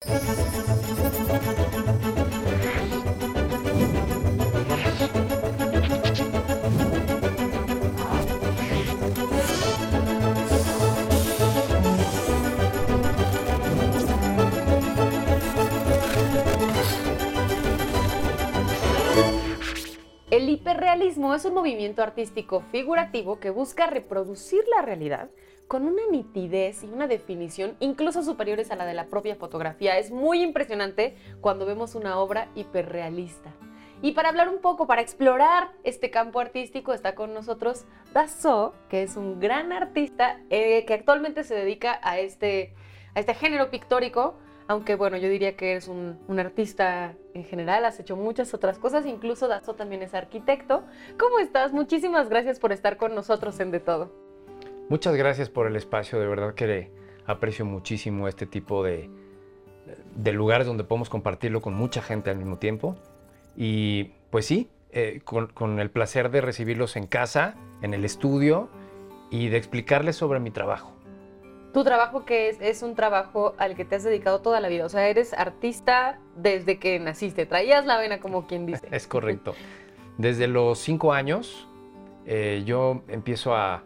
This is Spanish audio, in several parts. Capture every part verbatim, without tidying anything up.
El hiperrealismo es un movimiento artístico figurativo que busca reproducir la realidad con una nitidez y una definición incluso superiores a la de la propia fotografía. Es muy impresionante cuando vemos una obra hiperrealista. Y para hablar un poco, para explorar este campo artístico, está con nosotros Dassault, que es un gran artista eh, que actualmente se dedica a este, a este género pictórico. Aunque bueno, yo diría que eres un, un artista en general, has hecho muchas otras cosas, incluso Dassault también es arquitecto. ¿Cómo estás? Muchísimas gracias por estar con nosotros en De Todo. Muchas gracias por el espacio, de verdad que aprecio muchísimo este tipo de, de lugares donde podemos compartirlo con mucha gente al mismo tiempo. Y pues sí, eh, con, con el placer de recibirlos en casa, en el estudio y de explicarles sobre mi trabajo. Tu trabajo que es, es un trabajo al que te has dedicado toda la vida, o sea, eres artista desde que naciste, traías la vena como quien dice. Es correcto. Desde los cinco años eh, yo empiezo a,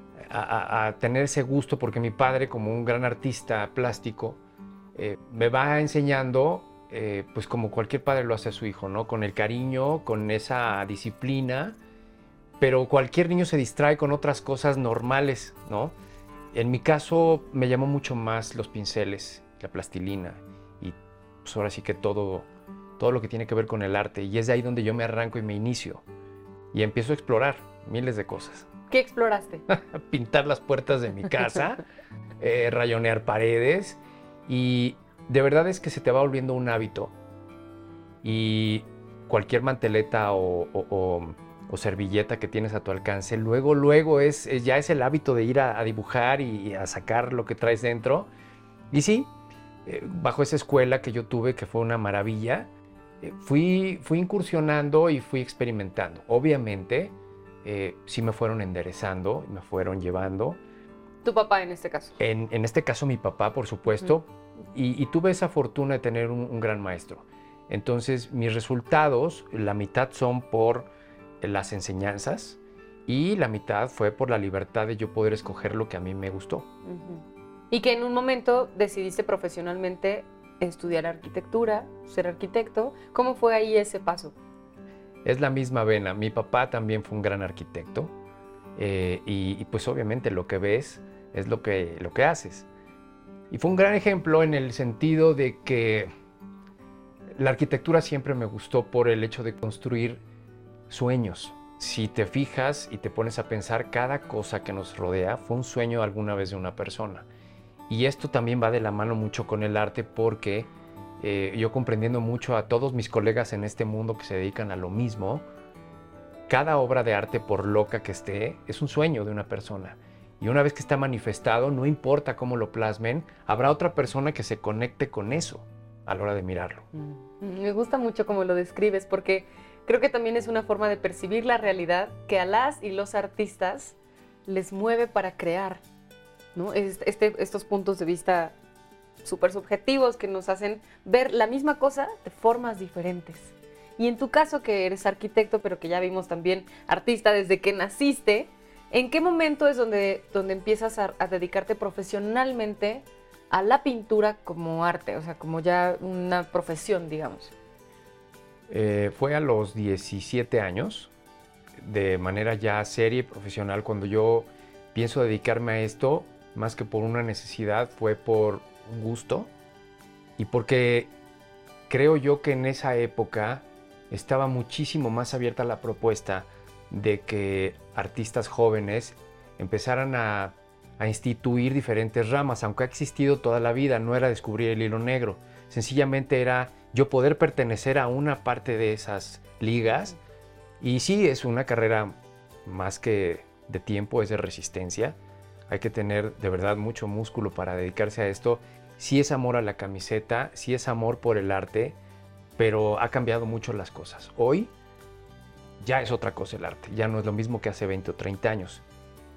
a, a tener ese gusto porque mi padre, como un gran artista plástico, eh, me va enseñando, eh, pues como cualquier padre lo hace a su hijo, ¿no? Con el cariño, con esa disciplina, pero cualquier niño se distrae con otras cosas normales, ¿no? En mi caso me llamó mucho más los pinceles, la plastilina y pues ahora sí que todo, todo lo que tiene que ver con el arte. Y es de ahí donde yo me arranco y me inicio. Y empiezo a explorar miles de cosas. ¿Qué exploraste? Pintar las puertas de mi casa, eh, rayonear paredes. Y de verdad es que se te va volviendo un hábito. Y cualquier manteleta o... o, o o servilleta que tienes a tu alcance, luego, luego es, es ya es el hábito de ir a, a dibujar y, y a sacar lo que traes dentro. Y sí, eh, bajo esa escuela que yo tuve, que fue una maravilla, eh, fui, fui incursionando y fui experimentando. Obviamente, eh, sí me fueron enderezando, me fueron llevando. ¿Tu papá en este caso? En, en este caso mi papá, por supuesto, mm. y, y tuve esa fortuna de tener un, un gran maestro. Entonces, mis resultados, la mitad son por las enseñanzas y la mitad fue por la libertad de yo poder escoger lo que a mí me gustó. Uh-huh. Y que en un momento decidiste profesionalmente estudiar arquitectura, ser arquitecto. ¿Cómo fue ahí ese paso? Es la misma vena. Mi papá también fue un gran arquitecto eh, y, y pues obviamente lo que ves es lo que, lo que haces. Y fue un gran ejemplo en el sentido de que la arquitectura siempre me gustó por el hecho de construir sueños. Si te fijas y te pones a pensar, cada cosa que nos rodea fue un sueño alguna vez de una persona. Y esto también va de la mano mucho con el arte porque eh, yo comprendiendo mucho a todos mis colegas en este mundo que se dedican a lo mismo, cada obra de arte, por loca que esté, es un sueño de una persona. Y una vez que está manifestado, no importa cómo lo plasmen, habrá otra persona que se conecte con eso a la hora de mirarlo. Mm, me gusta mucho cómo lo describes porque creo que también es una forma de percibir la realidad que a las y los artistas les mueve para crear, ¿no? Este, estos puntos de vista súper subjetivos que nos hacen ver la misma cosa de formas diferentes. Y en tu caso, que eres arquitecto, pero que ya vimos también artista desde que naciste, ¿en qué momento es donde, donde empiezas a, a dedicarte profesionalmente a la pintura como arte? O sea, como ya una profesión, digamos. Eh, fue a los diecisiete años, de manera ya seria y profesional, cuando yo pienso dedicarme a esto, más que por una necesidad, fue por un gusto y porque creo yo que en esa época estaba muchísimo más abierta la propuesta de que artistas jóvenes empezaran a, a instituir diferentes ramas, aunque ha existido toda la vida, no era descubrir el hilo negro, sencillamente era yo poder pertenecer a una parte de esas ligas. Y sí, es una carrera más que de tiempo, es de resistencia. Hay que tener de verdad mucho músculo para dedicarse a esto. Sí es amor a la camiseta, sí es amor por el arte, pero ha cambiado mucho las cosas. Hoy ya es otra cosa el arte, ya no es lo mismo que hace veinte o treinta años.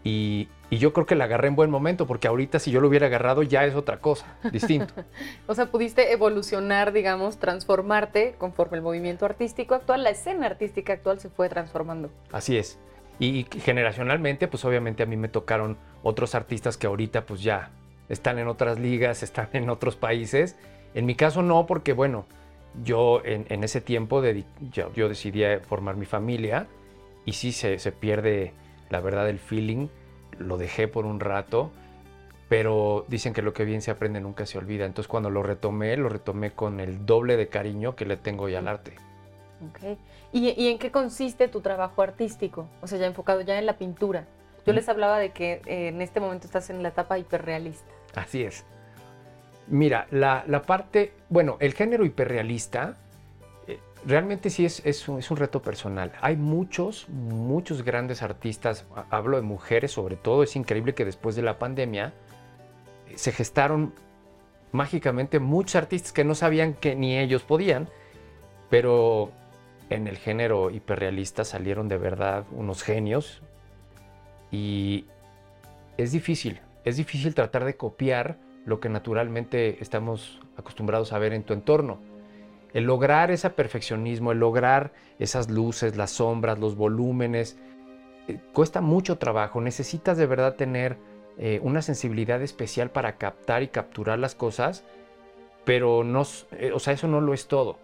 Y, y yo creo que la agarré en buen momento, porque ahorita si yo lo hubiera agarrado ya es otra cosa, distinto. O sea, pudiste evolucionar, digamos, transformarte conforme el movimiento artístico actual, la escena artística actual se fue transformando. Así es. Y generacionalmente, pues obviamente a mí me tocaron otros artistas que ahorita pues ya están en otras ligas, están en otros países. En mi caso no, porque bueno, yo en, en ese tiempo de, yo, yo decidí formar mi familia y sí se, se pierde, la verdad, el feeling. Lo dejé por un rato, pero dicen que lo que bien se aprende nunca se olvida. Entonces cuando lo retomé, lo retomé con el doble de cariño que le tengo ya al arte. Ok. ¿Y, ¿Y en qué consiste tu trabajo artístico? O sea, ya enfocado ya en la pintura. Yo les hablaba de que eh, en este momento estás en la etapa hiperrealista. Así es. Mira, la, la parte, bueno, el género hiperrealista eh, realmente sí es, es, un, es un reto personal. Hay muchos, muchos grandes artistas, hablo de mujeres sobre todo, es increíble que después de la pandemia eh, se gestaron mágicamente muchos artistas que no sabían que ni ellos podían, pero en el género hiperrealista salieron de verdad unos genios y es difícil, es difícil tratar de copiar lo que naturalmente estamos acostumbrados a ver en tu entorno. El lograr ese perfeccionismo, el lograr esas luces, las sombras, los volúmenes, eh, cuesta mucho trabajo. Necesitas de verdad tener eh, una sensibilidad especial para captar y capturar las cosas, pero no, eh, o sea, eso no lo es todo.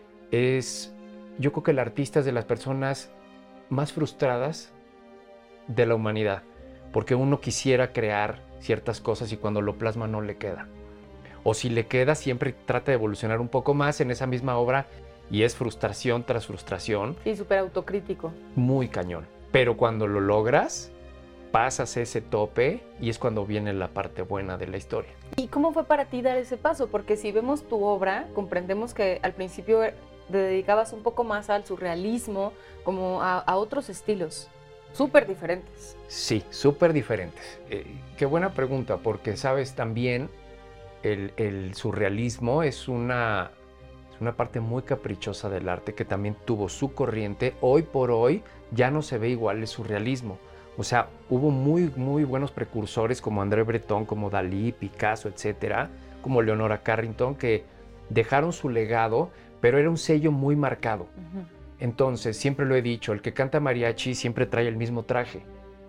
Es, yo creo que el artista es de las personas más frustradas de la humanidad, porque uno quisiera crear ciertas cosas y cuando lo plasma no le queda. O si le queda, siempre trata de evolucionar un poco más en esa misma obra y es frustración tras frustración. Sí, súper autocrítico. Muy cañón. Pero cuando lo logras, pasas ese tope y es cuando viene la parte buena de la historia. ¿Y cómo fue para ti dar ese paso? Porque si vemos tu obra, comprendemos que al principio te dedicabas un poco más al surrealismo, como a, a otros estilos. Súper diferentes. Sí, súper diferentes. Eh, qué buena pregunta, porque sabes, también el, el surrealismo es una, es una parte muy caprichosa del arte que también tuvo su corriente. Hoy por hoy ya no se ve igual el surrealismo. O sea, hubo muy, muy buenos precursores como André Breton, como Dalí, Picasso, etcétera, como Leonora Carrington, que dejaron su legado, pero era un sello muy marcado. Uh-huh. Entonces, siempre lo he dicho, el que canta mariachi siempre trae el mismo traje.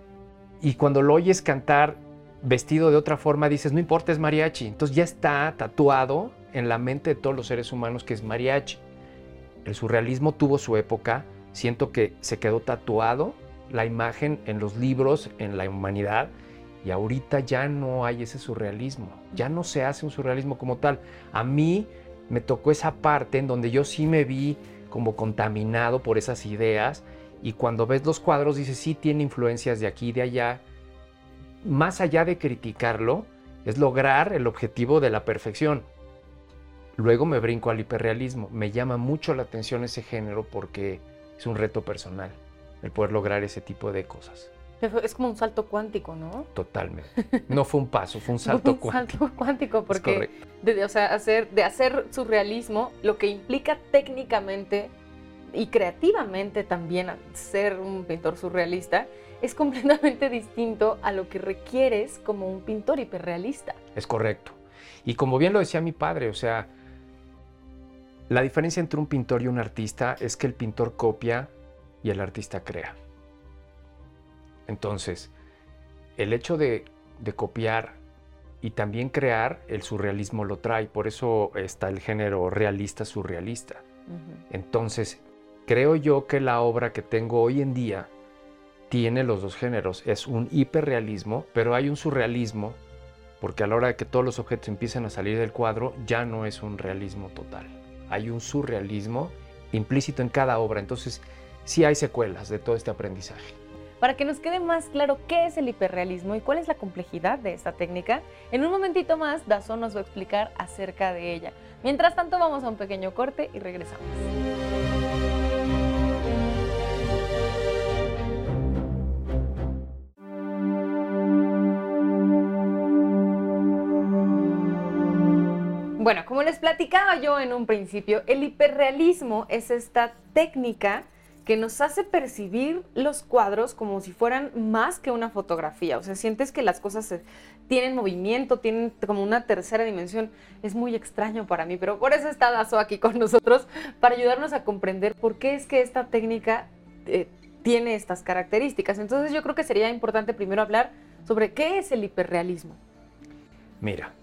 Y cuando lo oyes cantar vestido de otra forma, dices, no importa, es mariachi. Entonces ya está tatuado en la mente de todos los seres humanos que es mariachi. El surrealismo tuvo su época, siento que se quedó tatuado la imagen en los libros, en la humanidad, y ahorita ya no hay ese surrealismo, ya no se hace un surrealismo como tal. A mí me tocó esa parte en donde yo sí me vi como contaminado por esas ideas, y cuando ves los cuadros dices, sí, tiene influencias de aquí y de allá. Más allá de criticarlo, es lograr el objetivo de la perfección. Luego me brinco al hiperrealismo. Me llama mucho la atención ese género porque es un reto personal, el poder lograr ese tipo de cosas. Es como un salto cuántico, ¿no? Totalmente. No fue un paso, fue un salto un cuántico. Un salto cuántico, porque de, o sea, hacer, de hacer surrealismo, lo que implica técnicamente y creativamente también ser un pintor surrealista, es completamente distinto a lo que requieres como un pintor hiperrealista. Es correcto. Y como bien lo decía mi padre, o sea, la diferencia entre un pintor y un artista es que el pintor copia y el artista crea. Entonces, el hecho de, de copiar y también crear, el surrealismo lo trae. Por eso está el género realista surrealista. Uh-huh. Entonces, creo yo que la obra que tengo hoy en día tiene los dos géneros. Es un hiperrealismo, pero hay un surrealismo, porque a la hora de que todos los objetos empiezan a salir del cuadro, ya no es un realismo total. Hay un surrealismo implícito en cada obra. Entonces, sí hay secuelas de todo este aprendizaje. Para que nos quede más claro qué es el hiperrealismo y cuál es la complejidad de esta técnica, en un momentito más Dazón nos va a explicar acerca de ella. Mientras tanto, vamos a un pequeño corte y regresamos. Bueno, como les platicaba yo en un principio, el hiperrealismo es esta técnica que nos hace percibir los cuadros como si fueran más que una fotografía. O sea, sientes que las cosas se, tienen movimiento, tienen como una tercera dimensión. Es muy extraño para mí, pero por eso está Dazo aquí con nosotros, para ayudarnos a comprender por qué es que esta técnica eh, tiene estas características. Entonces yo creo que sería importante primero hablar sobre qué es el hiperrealismo. Mira,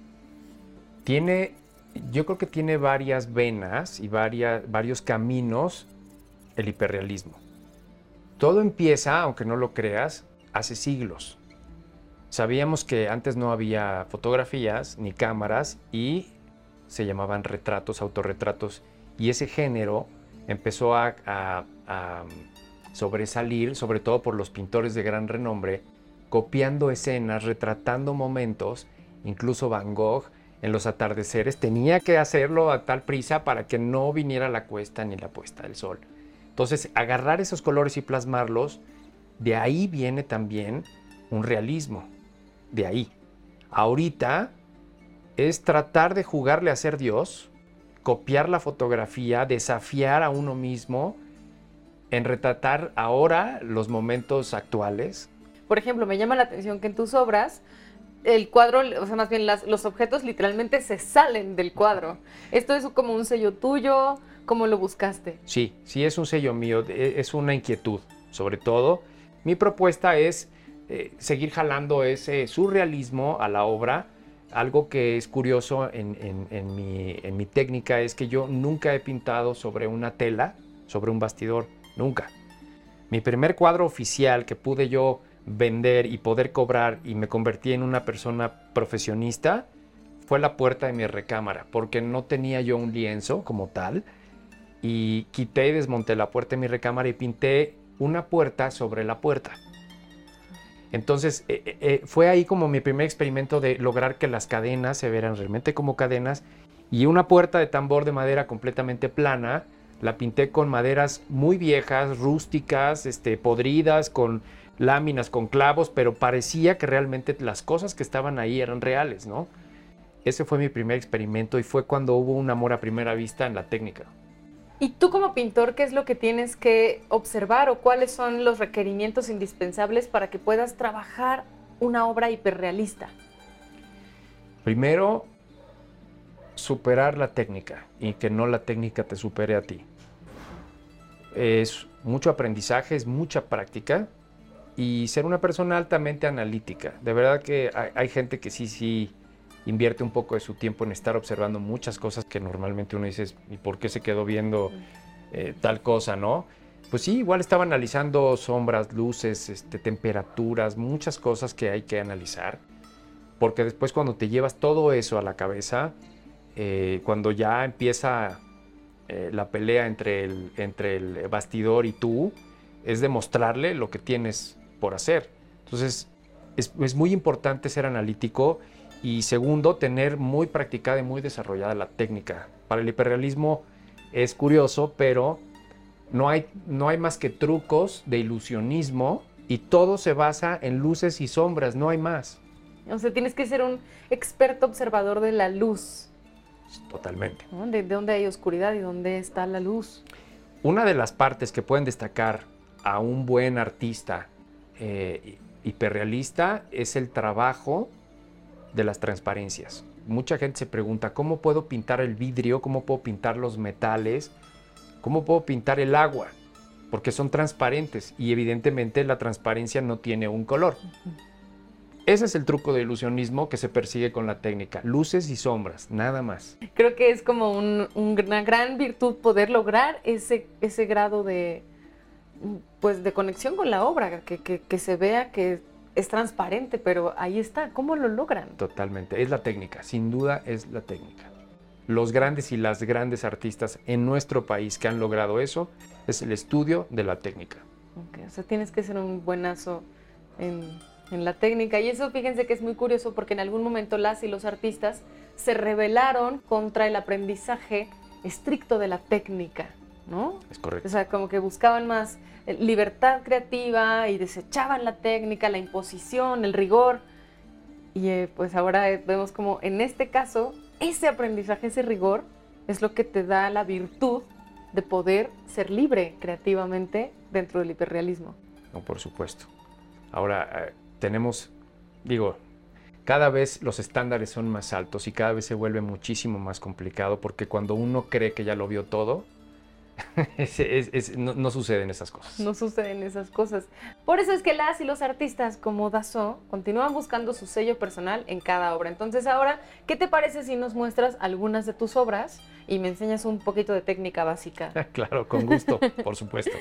tiene, yo creo que tiene varias venas y varias, varios caminos el hiperrealismo. Todo empieza, aunque no lo creas, hace siglos. Sabíamos que antes no había fotografías ni cámaras y se llamaban retratos, autorretratos, y ese género empezó a, a, a sobresalir, sobre todo por los pintores de gran renombre, copiando escenas, retratando momentos. Incluso Van Gogh en los atardeceres tenía que hacerlo a tal prisa para que no viniera la cuesta ni la puesta del sol. Entonces, agarrar esos colores y plasmarlos, de ahí viene también un realismo, de ahí. Ahorita es tratar de jugarle a ser Dios, copiar la fotografía, desafiar a uno mismo en retratar ahora los momentos actuales. Por ejemplo, me llama la atención que en tus obras el cuadro, o sea, más bien las, los objetos literalmente se salen del cuadro. ¿Esto es como un sello tuyo? ¿Cómo lo buscaste? Sí, sí es un sello mío, es una inquietud, sobre todo. Mi propuesta es eh, seguir jalando ese surrealismo a la obra. Algo que es curioso en, en, en, mi, en mi técnica es que yo nunca he pintado sobre una tela, sobre un bastidor, nunca. Mi primer cuadro oficial que pude yo vender y poder cobrar y me convertí en una persona profesionista fue la puerta de mi recámara, porque no tenía yo un lienzo como tal y quité y desmonté la puerta de mi recámara y pinté una puerta sobre la puerta. Entonces eh, eh, fue ahí como mi primer experimento de lograr que las cadenas se vieran realmente como cadenas, y una puerta de tambor de madera completamente plana la pinté con maderas muy viejas, rústicas, este, podridas, con láminas, con clavos, pero parecía que realmente las cosas que estaban ahí eran reales, ¿no? Ese fue mi primer experimento y fue cuando hubo un amor a primera vista en la técnica. Y tú como pintor, ¿qué es lo que tienes que observar o cuáles son los requerimientos indispensables para que puedas trabajar una obra hiperrealista? Primero, superar la técnica y que no la técnica te supere a ti. Es mucho aprendizaje, es mucha práctica y ser una persona altamente analítica. De verdad que hay, hay gente que sí, sí invierte un poco de su tiempo en estar observando muchas cosas que normalmente uno dice, ¿y por qué se quedó viendo eh, tal cosa, no? Pues sí, igual estaba analizando sombras, luces, este, temperaturas, muchas cosas que hay que analizar, porque después cuando te llevas todo eso a la cabeza, eh, cuando ya empieza eh, la pelea entre el, entre el bastidor y tú, es demostrarle lo que tienes por hacer. Entonces, es, es muy importante ser analítico. Y segundo, tener muy practicada y muy desarrollada la técnica. Para el hiperrealismo es curioso, pero no hay, no hay más que trucos de ilusionismo y todo se basa en luces y sombras, no hay más. O sea, tienes que ser un experto observador de la luz. Totalmente. ¿No? De, de dónde hay oscuridad y dónde está la luz. Una de las partes que pueden destacar a un buen artista eh, hiperrealista es el trabajo de las transparencias. Mucha gente se pregunta, ¿cómo puedo pintar el vidrio? ¿Cómo puedo pintar los metales? ¿Cómo puedo pintar el agua? Porque son transparentes y evidentemente la transparencia no tiene un color. Uh-huh. Ese es el truco de ilusionismo que se persigue con la técnica. Luces y sombras, nada más. Creo que es como un, una gran virtud poder lograr ese, ese grado de, pues, de conexión con la obra, que, que, que se vea que es transparente, pero ahí está. ¿Cómo lo logran? Totalmente. Es la técnica. Sin duda es la técnica. Los grandes y las grandes artistas en nuestro país que han logrado eso es el estudio de la técnica. Okay, o sea, tienes que ser un buenazo en, en la técnica. Y eso, fíjense que es muy curioso porque en algún momento las y los artistas se rebelaron contra el aprendizaje estricto de la técnica, ¿no? Es correcto. O sea, como que buscaban más libertad creativa y desechaban la técnica, la imposición, el rigor. Y eh, pues ahora eh, vemos como en este caso, ese aprendizaje, ese rigor, es lo que te da la virtud de poder ser libre creativamente dentro del hiperrealismo. No, por supuesto. Ahora, eh, tenemos, digo, cada vez los estándares son más altos y cada vez se vuelve muchísimo más complicado porque cuando uno cree que ya lo vio todo, es, es, es, no, no suceden esas cosas. No suceden esas cosas. Por eso es que las y los artistas como Dassault continúan buscando su sello personal en cada obra. Entonces ahora, ¿qué te parece si nos muestras algunas de tus obras y me enseñas un poquito de técnica básica? Claro, con gusto, por supuesto.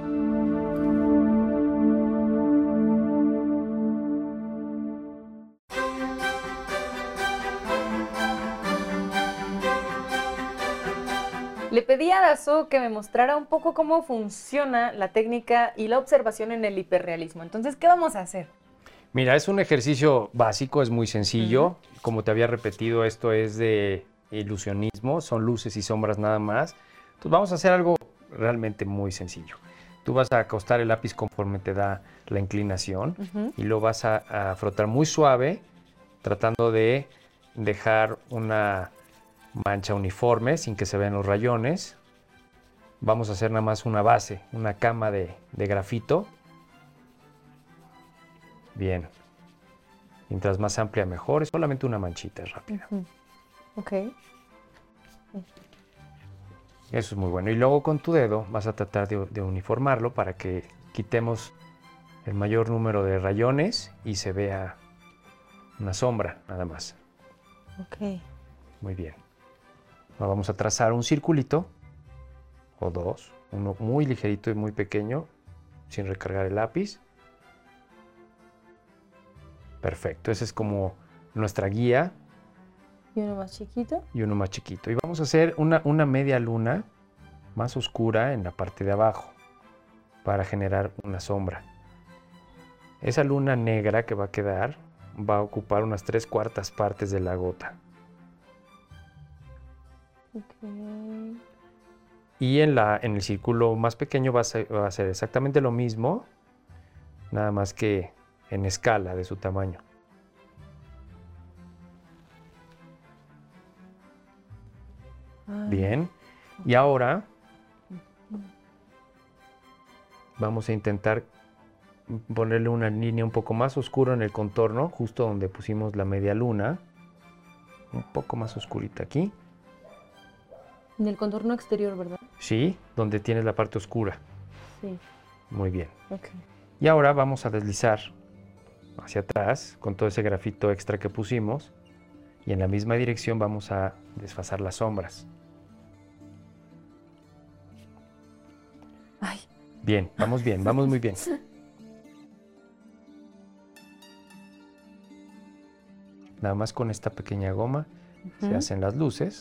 Le pedí a Dassault que me mostrara un poco cómo funciona la técnica y la observación en el hiperrealismo. Entonces, ¿qué vamos a hacer? Mira, es un ejercicio básico, es muy sencillo. Uh-huh. Como te había repetido, esto es de ilusionismo, son luces y sombras nada más. Entonces vamos a hacer algo realmente muy sencillo. Tú vas a acostar el lápiz conforme te da la inclinación uh-huh. y lo vas a, a frotar muy suave, tratando de dejar una mancha uniforme sin que se vean los rayones. Vamos a hacer nada más una base, una cama de, de grafito. Bien. Mientras más amplia mejor, es solamente una manchita, es rápida. Uh-huh. Ok. Eso es muy bueno. Y luego con tu dedo vas a tratar de, de uniformarlo para que quitemos el mayor número de rayones y se vea una sombra nada más. Ok. Muy bien. Ahora vamos a trazar un circulito o dos, uno muy ligerito y muy pequeño, sin recargar el lápiz. Perfecto, ese es como nuestra guía. ¿Y uno más chiquito? Y uno más chiquito. Y vamos a hacer una, una media luna más oscura en la parte de abajo para generar una sombra. Esa luna negra que va a quedar va a ocupar unas tres cuartas partes de la gota. Okay. Y en, la, en el círculo más pequeño va a, ser, va a ser exactamente lo mismo, nada más que en escala de su tamaño. Ay. Bien, y ahora vamos a intentar ponerle una línea un poco más oscura en el contorno, justo donde pusimos la media luna, un poco más oscurita aquí. En el contorno exterior, ¿verdad? Sí, donde tienes la parte oscura. Sí. Muy bien. Okay. Y ahora vamos a deslizar hacia atrás con todo ese grafito extra que pusimos y en la misma dirección vamos a desfasar las sombras. Ay. Bien, vamos bien, vamos muy bien. Nada más con esta pequeña goma uh-huh. se hacen las luces.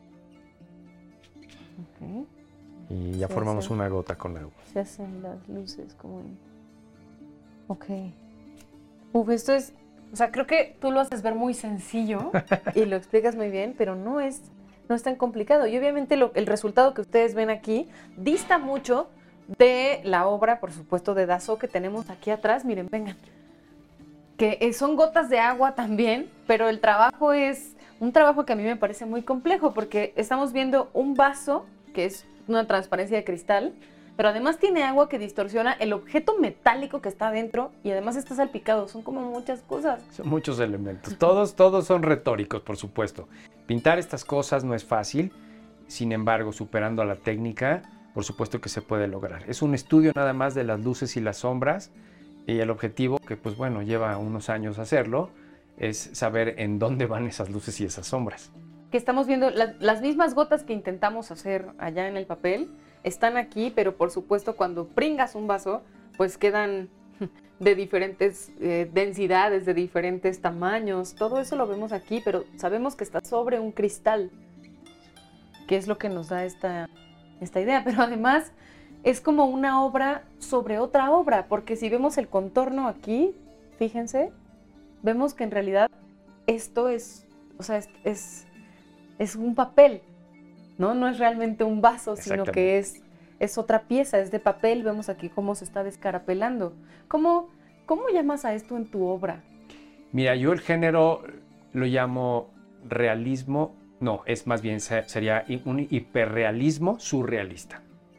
Okay. Y ya se formamos hace, una gota con agua. Se hacen las luces como en... Ok. Uf, esto es... O sea, creo que tú lo haces ver muy sencillo y lo explicas muy bien, pero no es, no es tan complicado. Y obviamente lo, el resultado que ustedes ven aquí dista mucho de la obra, por supuesto, de Dassault que tenemos aquí atrás. Miren, vengan. Que son gotas de agua también, pero el trabajo es un trabajo que a mí me parece muy complejo porque estamos viendo un vaso que es una transparencia de cristal, pero además tiene agua que distorsiona el objeto metálico que está adentro y además está salpicado. Son como muchas cosas. Son muchos elementos. Todos, todos son retóricos, por supuesto. Pintar estas cosas no es fácil. Sin embargo, superando a la técnica, por supuesto que se puede lograr. Es un estudio nada más de las luces y las sombras y el objetivo, que pues bueno, lleva unos años hacerlo, es saber en dónde van esas luces y esas sombras. Que estamos viendo la, las mismas gotas que intentamos hacer allá en el papel, están aquí, pero por supuesto cuando pringas un vaso, pues quedan de diferentes eh, densidades, de diferentes tamaños. Todo eso lo vemos aquí, pero sabemos que está sobre un cristal, que es lo que nos da esta, esta idea. Pero además es como una obra sobre otra obra, porque si vemos el contorno aquí, fíjense, vemos que en realidad esto es, o sea, es, es, es un papel, ¿no? No es realmente un vaso, sino que es, es otra pieza, es de papel. Vemos aquí cómo se está descarapelando. ¿Cómo, cómo llamas a esto en tu obra? Mira, yo el género lo llamo realismo No, es más bien sería un hiperrealismo surrealista.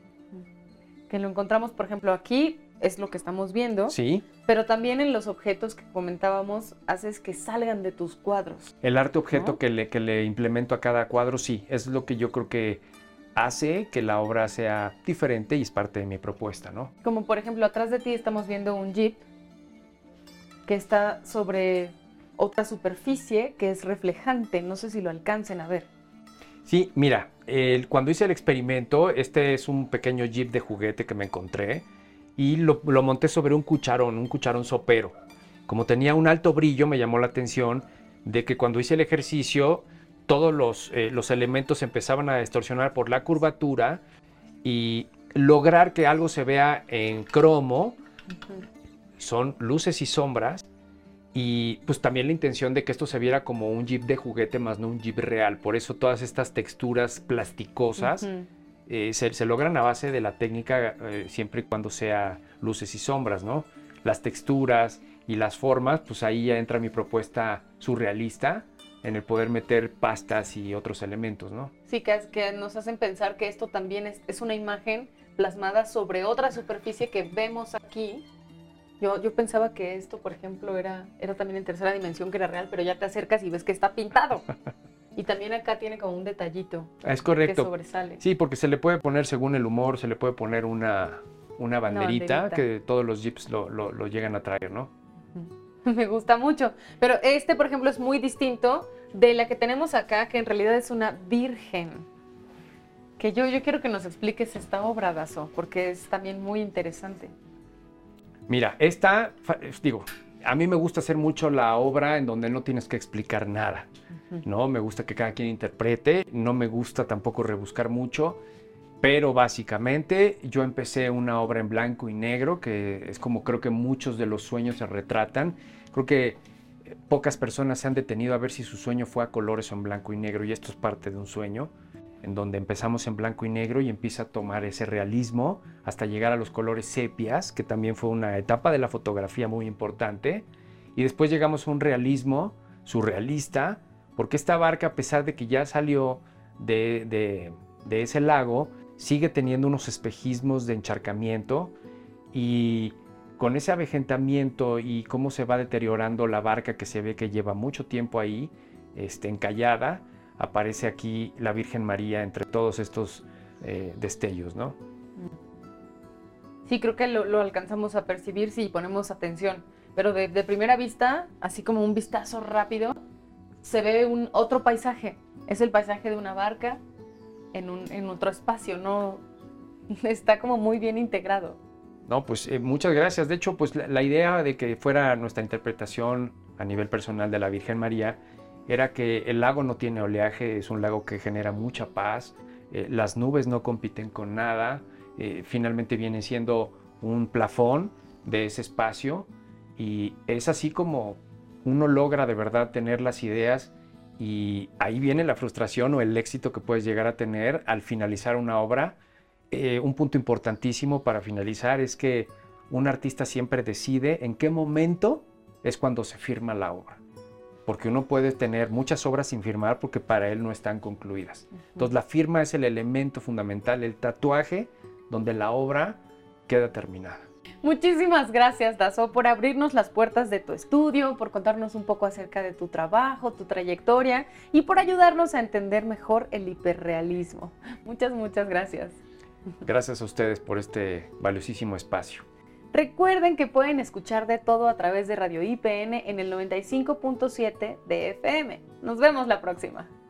Que lo encontramos, por ejemplo, aquí, es lo que estamos viendo. Sí. Pero también en los objetos que comentábamos, haces que salgan de tus cuadros. El arte objeto, ¿no?, que, le, que le implemento a cada cuadro, sí, es lo que yo creo que hace que la obra sea diferente y es parte de mi propuesta, ¿no? Como por ejemplo, atrás de ti estamos viendo un jeep que está sobre otra superficie que es reflejante. No sé si lo alcancen a ver. Sí, mira, el, cuando hice el experimento, este es un pequeño jeep de juguete que me encontré y lo, lo monté sobre un cucharón, un cucharón sopero. Como tenía un alto brillo, me llamó la atención de que cuando hice el ejercicio, todos los, eh, los elementos empezaban a distorsionar por la curvatura y lograr que algo se vea en cromo. Uh-huh. Son luces y sombras. Y pues también la intención de que esto se viera como un jeep de juguete más no un jeep real. Por eso todas estas texturas plasticosas uh-huh. eh, se, se logran a base de la técnica eh, siempre y cuando sea luces y sombras, ¿no? Las texturas y las formas, pues ahí ya entra mi propuesta surrealista en el poder meter pastas y otros elementos, ¿no? Sí, que, que nos hacen pensar que esto también es, es una imagen plasmada sobre otra superficie que vemos aquí. Yo, yo pensaba que esto, por ejemplo, era, era también en tercera dimensión, que era real, pero ya te acercas y ves que está pintado. Y también acá tiene como un detallito. Es correcto. Que sobresale. Sí, porque se le puede poner, según el humor, se le puede poner una, una, banderita, una banderita que todos los jeeps lo, lo, lo llegan a traer, ¿no? Me gusta mucho. Pero este, por ejemplo, es muy distinto de la que tenemos acá, que en realidad es una virgen. Que yo, yo quiero que nos expliques esta obra, Dazo, porque es también muy interesante. Mira, esta, digo, a mí me gusta hacer mucho la obra en donde no tienes que explicar nada, uh-huh. ¿no? Me gusta que cada quien interprete, no me gusta tampoco rebuscar mucho, pero básicamente yo empecé una obra en blanco y negro, que es como creo que muchos de los sueños se retratan. Creo que pocas personas se han detenido a ver si su sueño fue a colores o en blanco y negro, y esto es parte de un sueño, en donde empezamos en blanco y negro y empieza a tomar ese realismo hasta llegar a los colores sepias, que también fue una etapa de la fotografía muy importante. Y después llegamos a un realismo surrealista, porque esta barca, a pesar de que ya salió de, de, de ese lago, sigue teniendo unos espejismos de encharcamiento, y con ese avejentamiento y cómo se va deteriorando la barca, que se ve que lleva mucho tiempo ahí, este, encallada, aparece aquí la Virgen María entre todos estos eh, destellos, ¿no? Sí, creo que lo, lo alcanzamos a percibir si ponemos atención, pero de, de primera vista, así como un vistazo rápido, se ve un otro paisaje. Es el paisaje de una barca en, un, en otro espacio, ¿no? Está como muy bien integrado. No, pues eh, muchas gracias. De hecho, pues la, la idea de que fuera nuestra interpretación a nivel personal de la Virgen María era que el lago no tiene oleaje, es un lago que genera mucha paz, eh, las nubes no compiten con nada, eh, finalmente viene siendo un plafón de ese espacio, y es así como uno logra de verdad tener las ideas, y ahí viene la frustración o el éxito que puedes llegar a tener al finalizar una obra. Eh, un punto importantísimo para finalizar es que un artista siempre decide en qué momento es cuando se firma la obra. Porque uno puede tener muchas obras sin firmar porque para él no están concluidas. Uh-huh. Entonces la firma es el elemento fundamental, el tatuaje donde la obra queda terminada. Muchísimas gracias, Dazo, por abrirnos las puertas de tu estudio, por contarnos un poco acerca de tu trabajo, tu trayectoria y por ayudarnos a entender mejor el hiperrealismo. Muchas, muchas gracias. Gracias a ustedes por este valiosísimo espacio. Recuerden que pueden escuchar de todo a través de Radio I P N en el noventa y cinco punto siete de F M. Nos vemos la próxima.